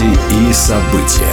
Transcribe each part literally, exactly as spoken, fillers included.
Новости и события.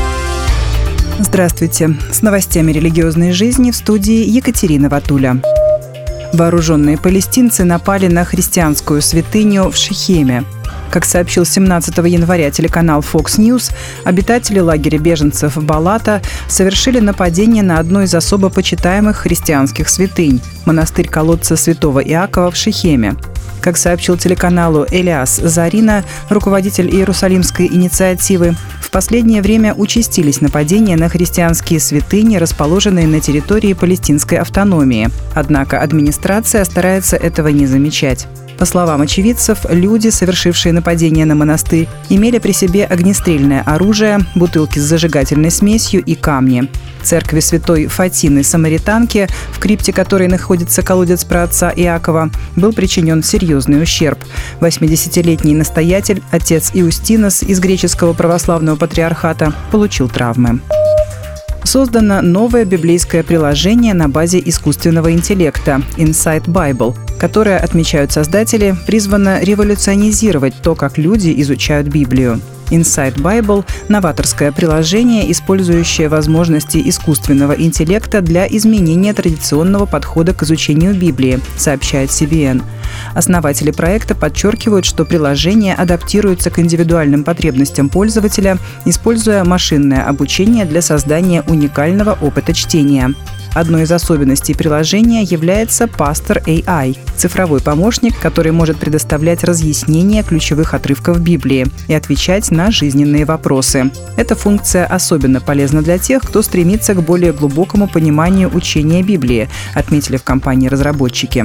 Здравствуйте. С новостями религиозной жизни в студии Екатерина Ватуля. Вооруженные палестинцы напали на христианскую святыню в Шихеме. Как сообщил семнадцатого января телеканал Fox News, обитатели лагеря беженцев Балата совершили нападение на одну из особо почитаемых христианских святынь – монастырь колодца святого Иакова в Шихеме. Как сообщил телеканалу Элиас Зарина, руководитель Иерусалимской инициативы, в последнее время участились нападения на христианские святыни, расположенные на территории палестинской автономии. Однако администрация старается этого не замечать. По словам очевидцев, люди, совершившие нападение на монастырь, имели при себе огнестрельное оружие, бутылки с зажигательной смесью и камни. Церкви святой Фатины Самаританки, в крипте которой находится колодец праотца Иакова, был причинен серьезный ущерб. восьмидесятилетний настоятель, отец Иустинос из греческого православного патриархата, получил травмы. Создано новое библейское приложение на базе искусственного интеллекта Insight Bible, которое, отмечают создатели, призвано революционизировать то, как люди изучают Библию. Insight Bible – новаторское приложение, использующее возможности искусственного интеллекта для изменения традиционного подхода к изучению Библии, сообщает си би эн. Основатели проекта подчеркивают, что приложение адаптируется к индивидуальным потребностям пользователя, используя машинное обучение для создания уникального опыта чтения. Одной из особенностей приложения является Pastor эй ай – цифровой помощник, который может предоставлять разъяснения ключевых отрывков Библии и отвечать на жизненные вопросы. Эта функция особенно полезна для тех, кто стремится к более глубокому пониманию учения Библии, отметили в компании-разработчики.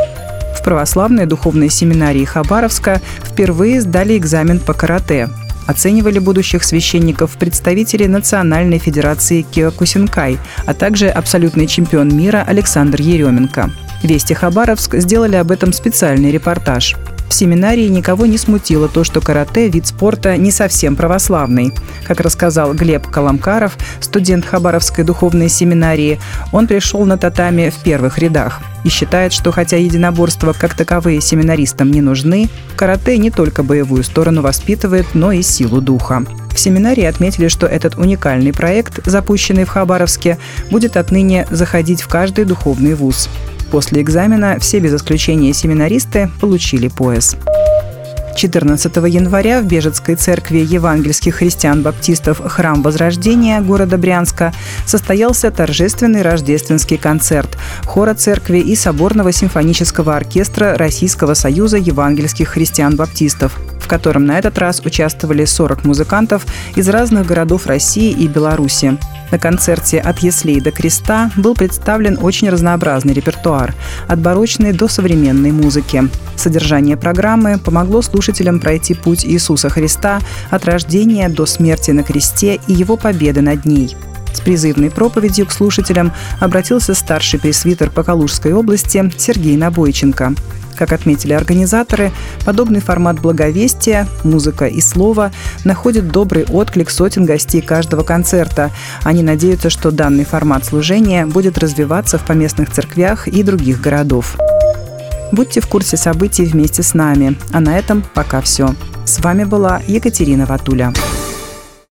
В православной духовной семинарии Хабаровска впервые сдали экзамен по карате. Оценивали будущих священников представители Национальной федерации Киокусинкай, а также абсолютный чемпион мира Александр Еременко. Вести Хабаровск сделали об этом специальный репортаж. В семинарии никого не смутило то, что карате – вид спорта не совсем православный. Как рассказал Глеб Коломкаров, студент Хабаровской духовной семинарии, он пришел на татами в первых рядах и считает, что хотя единоборства как таковые семинаристам не нужны, карате не только боевую сторону воспитывает, но и силу духа. В семинарии отметили, что этот уникальный проект, запущенный в Хабаровске, будет отныне заходить в каждый духовный вуз. После экзамена все без исключения семинаристы получили пояс. четырнадцатого января в Бежецкой церкви евангельских христиан-баптистов «Храм Возрождения» города Брянска состоялся торжественный рождественский концерт хора церкви и соборного симфонического оркестра Российского союза евангельских христиан-баптистов, в котором на этот раз участвовали сорок музыкантов из разных городов России и Беларуси. На концерте «От яслей до креста» был представлен очень разнообразный репертуар, от барочной до современной музыки. Содержание программы помогло слушателям пройти путь Иисуса Христа от рождения до смерти на кресте и его победы над ней. С призывной проповедью к слушателям обратился старший пресвитер по Калужской области Сергей Набойченко. Как отметили организаторы, подобный формат благовестия, музыка и слово находит добрый отклик сотен гостей каждого концерта. Они надеются, что данный формат служения будет развиваться в поместных церквях и других городов. Будьте в курсе событий вместе с нами. А на этом пока все. С вами была Екатерина Ватуля.